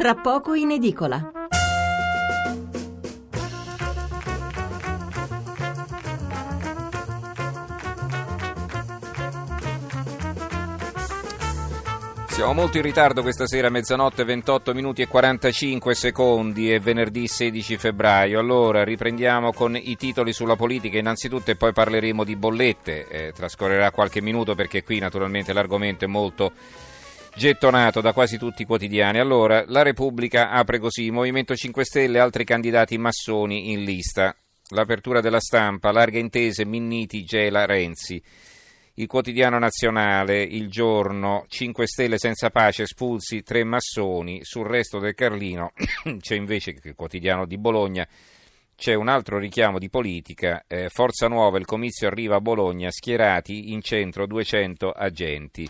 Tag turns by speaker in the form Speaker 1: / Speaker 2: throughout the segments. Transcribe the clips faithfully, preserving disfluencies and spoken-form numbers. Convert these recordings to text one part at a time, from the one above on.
Speaker 1: tra poco in edicola.
Speaker 2: Siamo molto in ritardo questa sera, mezzanotte ventotto minuti e quarantacinque secondi, è venerdì sedici febbraio. Allora riprendiamo con i titoli sulla politica innanzitutto e poi parleremo di bollette. Eh, trascorrerà qualche minuto perché qui naturalmente l'argomento è molto gettonato da quasi tutti i quotidiani. Allora, la Repubblica apre così: Movimento cinque Stelle, altri candidati massoni in lista. L'apertura della Stampa, larghe intese, Minniti, Gela, Renzi. Il Quotidiano Nazionale, Il Giorno, cinque Stelle senza pace, espulsi tre massoni. Sul Resto del Carlino c'è invece il Quotidiano di Bologna, c'è un altro richiamo di politica, eh, Forza Nuova, il comizio arriva a Bologna, schierati in centro duecento agenti.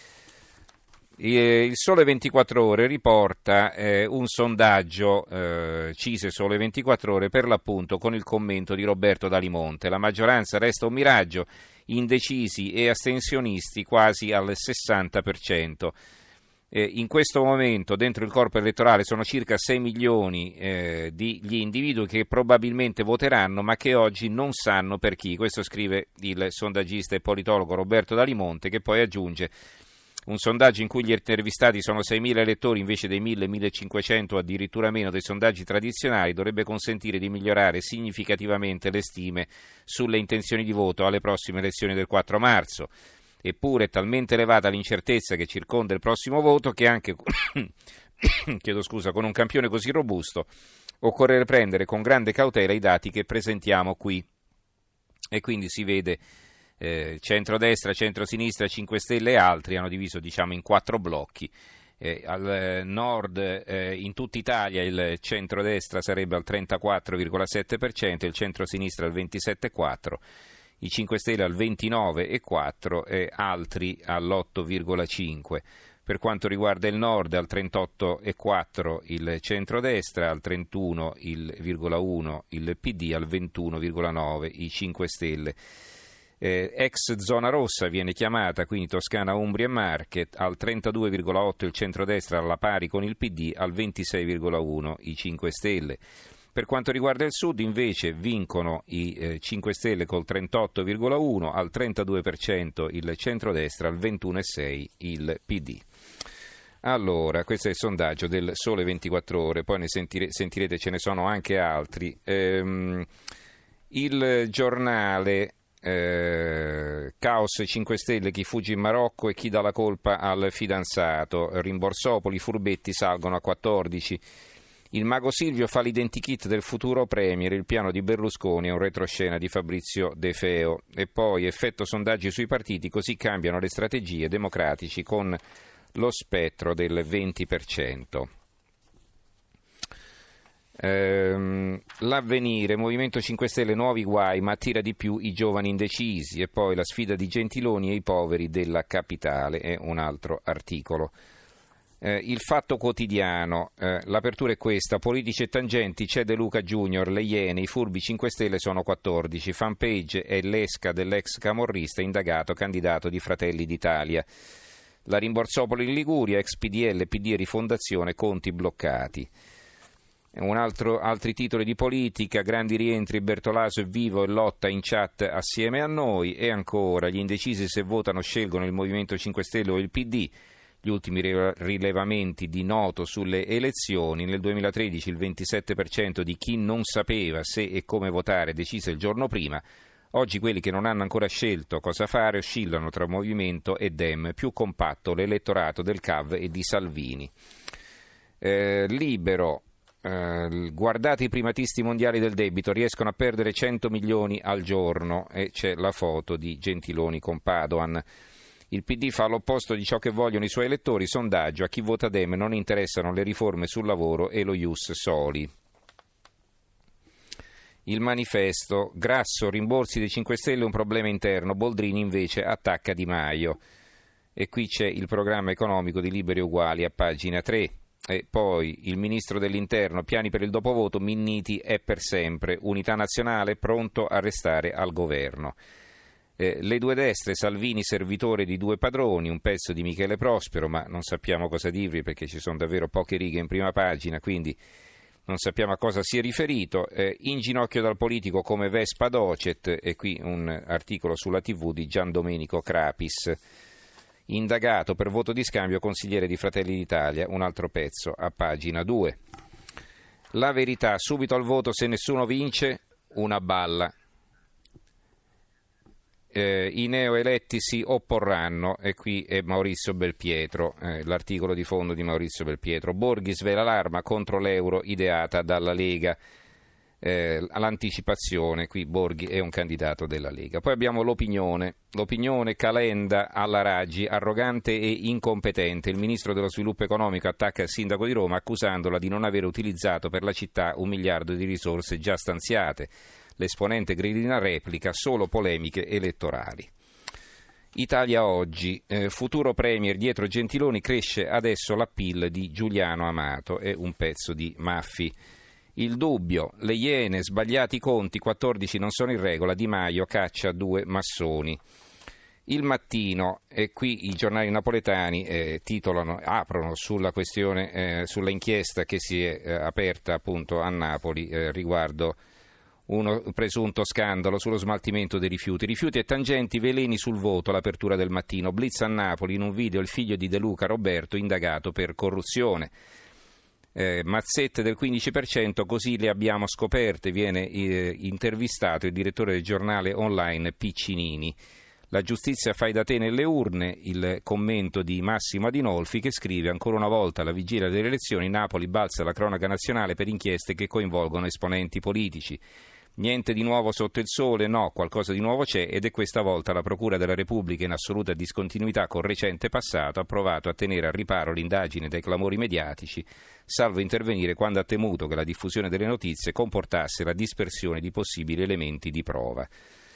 Speaker 2: Il Sole ventiquattro Ore riporta eh, un sondaggio, eh, Cise Sole ventiquattro Ore, per l'appunto con il commento di Roberto Dalimonte. La maggioranza resta un miraggio, indecisi e astensionisti quasi al sessanta per cento. Eh, in questo momento dentro il corpo elettorale sono circa sei milioni eh, di gli individui che probabilmente voteranno ma che oggi non sanno per chi. Questo scrive il sondaggista e politologo Roberto Dalimonte, che poi aggiunge: un sondaggio in cui gli intervistati sono seimila elettori invece dei mille millecinquecento, addirittura meno dei sondaggi tradizionali, dovrebbe consentire di migliorare significativamente le stime sulle intenzioni di voto alle prossime elezioni del quattro marzo. Eppure è talmente elevata l'incertezza che circonda il prossimo voto che anche chiedo scusa, con un campione così robusto occorre prendere con grande cautela i dati che presentiamo qui. E quindi si vede Eh, centrodestra, centrosinistra, cinque Stelle e altri hanno diviso diciamo in quattro blocchi. Eh, al eh, nord eh, in tutta Italia il centrodestra sarebbe al trentaquattro virgola sette per cento, il centrosinistra al ventisette virgola quattro per cento, i cinque Stelle al ventinove virgola quattro per cento e altri all'otto virgola cinque per cento. Per quanto riguarda il nord al trentotto virgola quattro per cento il centrodestra, al trentuno virgola uno per cento il P D, al ventuno virgola nove per cento i cinque Stelle. Eh, ex zona rossa viene chiamata, quindi Toscana, Umbria e Marche, al trentadue virgola otto per cento il centrodestra alla pari con il P D, al ventisei virgola uno per cento i cinque Stelle. Per quanto riguarda il sud invece vincono i eh, cinque Stelle col trentotto virgola uno per cento, al trentadue per cento il centrodestra, al ventuno virgola sei per cento il P D. Allora, questo è il sondaggio del Sole ventiquattro Ore, poi ne sentire, sentirete ce ne sono anche altri. Ehm, il Giornale, Eh, caos cinque Stelle, chi fugge in Marocco e chi dà la colpa al fidanzato. Rimborsopoli, furbetti salgono a quattordici. Il mago Silvio fa l'identikit del futuro premier, il piano di Berlusconi è un retroscena di Fabrizio De Feo. E poi effetto sondaggi sui partiti, così cambiano le strategie, democratici con lo spettro del venti per cento. Ehm, L'Avvenire, Movimento cinque Stelle, nuovi guai, ma attira di più i giovani indecisi. E poi la sfida di Gentiloni e i poveri della capitale, è un altro articolo. Eh, il Fatto Quotidiano, eh, l'apertura è questa: politici e tangenti, c'è De Luca Junior, le Iene, i furbi cinque Stelle sono quattordici, fanpage è l'esca dell'ex camorrista indagato, candidato di Fratelli d'Italia. La Rimborsopoli in Liguria, ex P D L, P D e Rifondazione, conti bloccati. Un altro, altri titoli di politica: grandi rientri, Bertolaso è vivo e lotta in chat assieme a noi. E ancora, gli indecisi se votano scelgono il Movimento cinque Stelle o il P D. Gli ultimi rilevamenti di Noto sulle elezioni: nel duemilatredici il ventisette per cento di chi non sapeva se e come votare decise il giorno prima. Oggi quelli che non hanno ancora scelto cosa fare oscillano tra Movimento e Dem, più compatto l'elettorato del C A V e di Salvini. Eh, Libero, Uh, guardate i primatisti mondiali del debito, riescono a perdere cento milioni al giorno, e c'è la foto di Gentiloni con Padoan. Il P D fa l'opposto di ciò che vogliono i suoi elettori, sondaggio: a chi vota Dem non interessano le riforme sul lavoro e lo Ius Soli. Il Manifesto, Grasso, rimborsi dei cinque Stelle un problema interno, Boldrini invece attacca Di Maio. E qui c'è il programma economico di Liberi e Uguali a pagina tre. E poi il ministro dell'interno, piani per il dopovoto, Minniti è per sempre, unità nazionale pronto a restare al governo. Eh, le due destre, Salvini servitore di due padroni, un pezzo di Michele Prospero, ma non sappiamo cosa dirvi perché ci sono davvero poche righe in prima pagina, quindi non sappiamo a cosa sia riferito. Eh, in ginocchio dal politico come Vespa Docet, e qui un articolo sulla tivù di Gian Domenico Crapis, indagato per voto di scambio consigliere di Fratelli d'Italia, un altro pezzo a pagina due. La Verità, subito al voto se nessuno vince, una balla. Eh, I neoeletti si opporranno, e qui è Maurizio Belpietro, eh, l'articolo di fondo di Maurizio Belpietro. Borghi svela l'arma contro l'euro ideata dalla Lega, eh, l'anticipazione, qui Borghi è un candidato della Lega. Poi abbiamo l'opinione, l'opinione Calenda alla Raggi, arrogante e incompetente. Il ministro dello sviluppo economico attacca il sindaco di Roma accusandola di non aver utilizzato per la città un miliardo di risorse già stanziate. L'esponente grillina replica, solo polemiche elettorali. Italia Oggi, eh, futuro premier dietro Gentiloni, cresce adesso l'appeal di Giuliano Amato, è un pezzo di Maffi. Il Dubbio, le Iene, sbagliati i conti, quattordici non sono in regola, Di Maio caccia due massoni. Il Mattino, e qui i giornali napoletani eh, titolano, aprono sulla questione, eh, sulla inchiesta che si è eh, aperta appunto a Napoli eh, riguardo un presunto scandalo sullo smaltimento dei rifiuti. Rifiuti e tangenti, veleni sul voto, l'apertura del Mattino. Blitz a Napoli, in un video il figlio di De Luca, Roberto, indagato per corruzione. Eh, mazzette del quindici per cento, così le abbiamo scoperte, viene eh, intervistato il direttore del giornale online Piccinini. La giustizia fai da te nelle urne, il commento di Massimo Adinolfi che scrive: ancora una volta alla vigilia delle elezioni Napoli balza la cronaca nazionale per inchieste che coinvolgono esponenti politici. Niente di nuovo sotto il sole, no, qualcosa di nuovo c'è, ed è questa volta la Procura della Repubblica, in assoluta discontinuità col recente passato, ha provato a tenere al riparo l'indagine dai clamori mediatici, salvo intervenire quando ha temuto che la diffusione delle notizie comportasse la dispersione di possibili elementi di prova.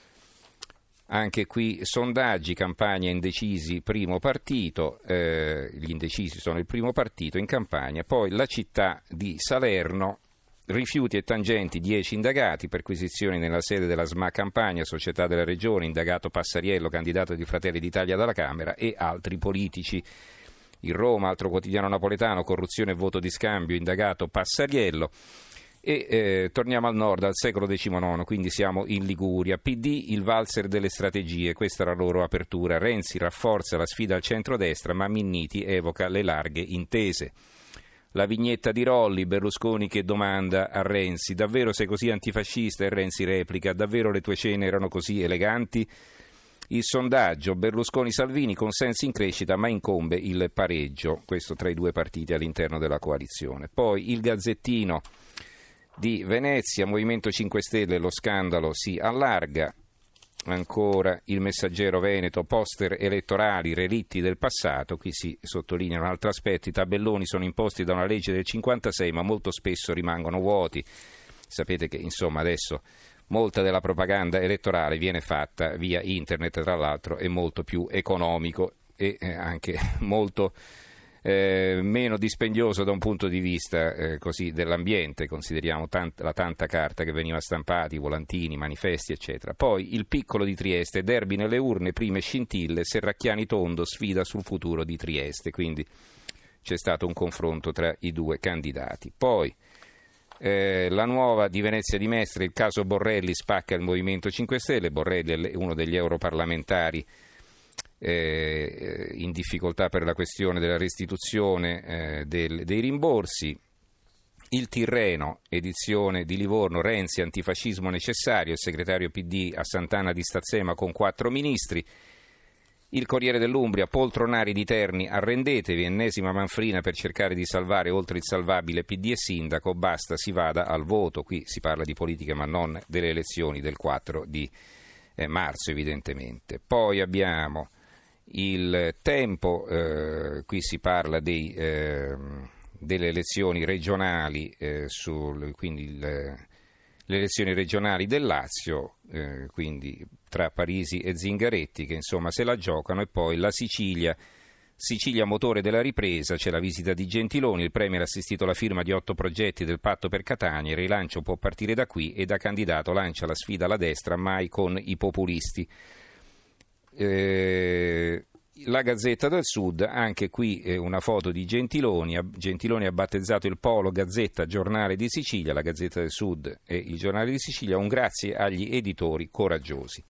Speaker 2: Anche qui sondaggi, campagna indecisi, primo partito, eh, gli indecisi sono il primo partito in campagna, poi la città di Salerno. Rifiuti e tangenti, dieci indagati, perquisizioni nella sede della S M A Campania, società della regione, indagato Passariello, candidato di Fratelli d'Italia dalla Camera, e altri politici. Il Roma, altro quotidiano napoletano, corruzione e voto di scambio, indagato Passariello. E eh, torniamo al nord, al secolo diciannove, quindi siamo in Liguria. P D, il valzer delle strategie, questa è la loro apertura. Renzi rafforza la sfida al centrodestra, ma Minniti evoca le larghe intese. La vignetta di Rolli, Berlusconi che domanda a Renzi: davvero sei così antifascista? E Renzi replica: davvero le tue cene erano così eleganti? Il sondaggio, Berlusconi-Salvini, consensi in crescita ma incombe il pareggio, questo tra i due partiti all'interno della coalizione. Poi il Gazzettino di Venezia, Movimento cinque Stelle, lo scandalo si allarga. Ancora il Messaggero Veneto, poster elettorali, relitti del passato, qui si sottolinea un altro aspetto: i tabelloni sono imposti da una legge del cinquantasei ma molto spesso rimangono vuoti. Sapete che insomma adesso molta della propaganda elettorale viene fatta via internet, tra l'altro è molto più economico e eh, anche molto Eh, meno dispendioso da un punto di vista eh, così dell'ambiente, consideriamo tant- la tanta carta che veniva stampata, i volantini, i manifesti eccetera. Poi il piccolo di Trieste, derby nelle urne, prime scintille, Serracchiani Tondo sfida sul futuro di Trieste, quindi c'è stato un confronto tra i due candidati. Poi eh, la Nuova di Venezia di Mestre, il caso Borrelli spacca il Movimento cinque Stelle, Borrelli è uno degli europarlamentari Eh, in difficoltà per la questione della restituzione eh, del, dei rimborsi. Il Tirreno, edizione di Livorno, Renzi, antifascismo necessario, il segretario P D a Sant'Anna di Stazzema con quattro ministri. Il Corriere dell'Umbria, poltronari di Terni, arrendetevi, ennesima manfrina per cercare di salvare oltre il salvabile P D e sindaco, basta si vada al voto. Qui si parla di politica ma non delle elezioni del quattro di marzo evidentemente. Poi abbiamo il Tempo, eh, qui si parla dei, eh, delle elezioni regionali, eh, sul, quindi il, le elezioni regionali del Lazio, eh, quindi tra Parisi e Zingaretti che insomma se la giocano, e poi la Sicilia, Sicilia motore della ripresa, c'è la visita di Gentiloni, il Premier ha assistito alla firma di otto progetti del patto per Catania, il rilancio può partire da qui e da candidato lancia la sfida alla destra mai con i populisti. Eh, La Gazzetta del Sud, anche qui eh, una foto di Gentiloni. Gentiloni ha battezzato il Polo Gazzetta Giornale di Sicilia, la Gazzetta del Sud e il Giornale di Sicilia, un grazie agli editori coraggiosi.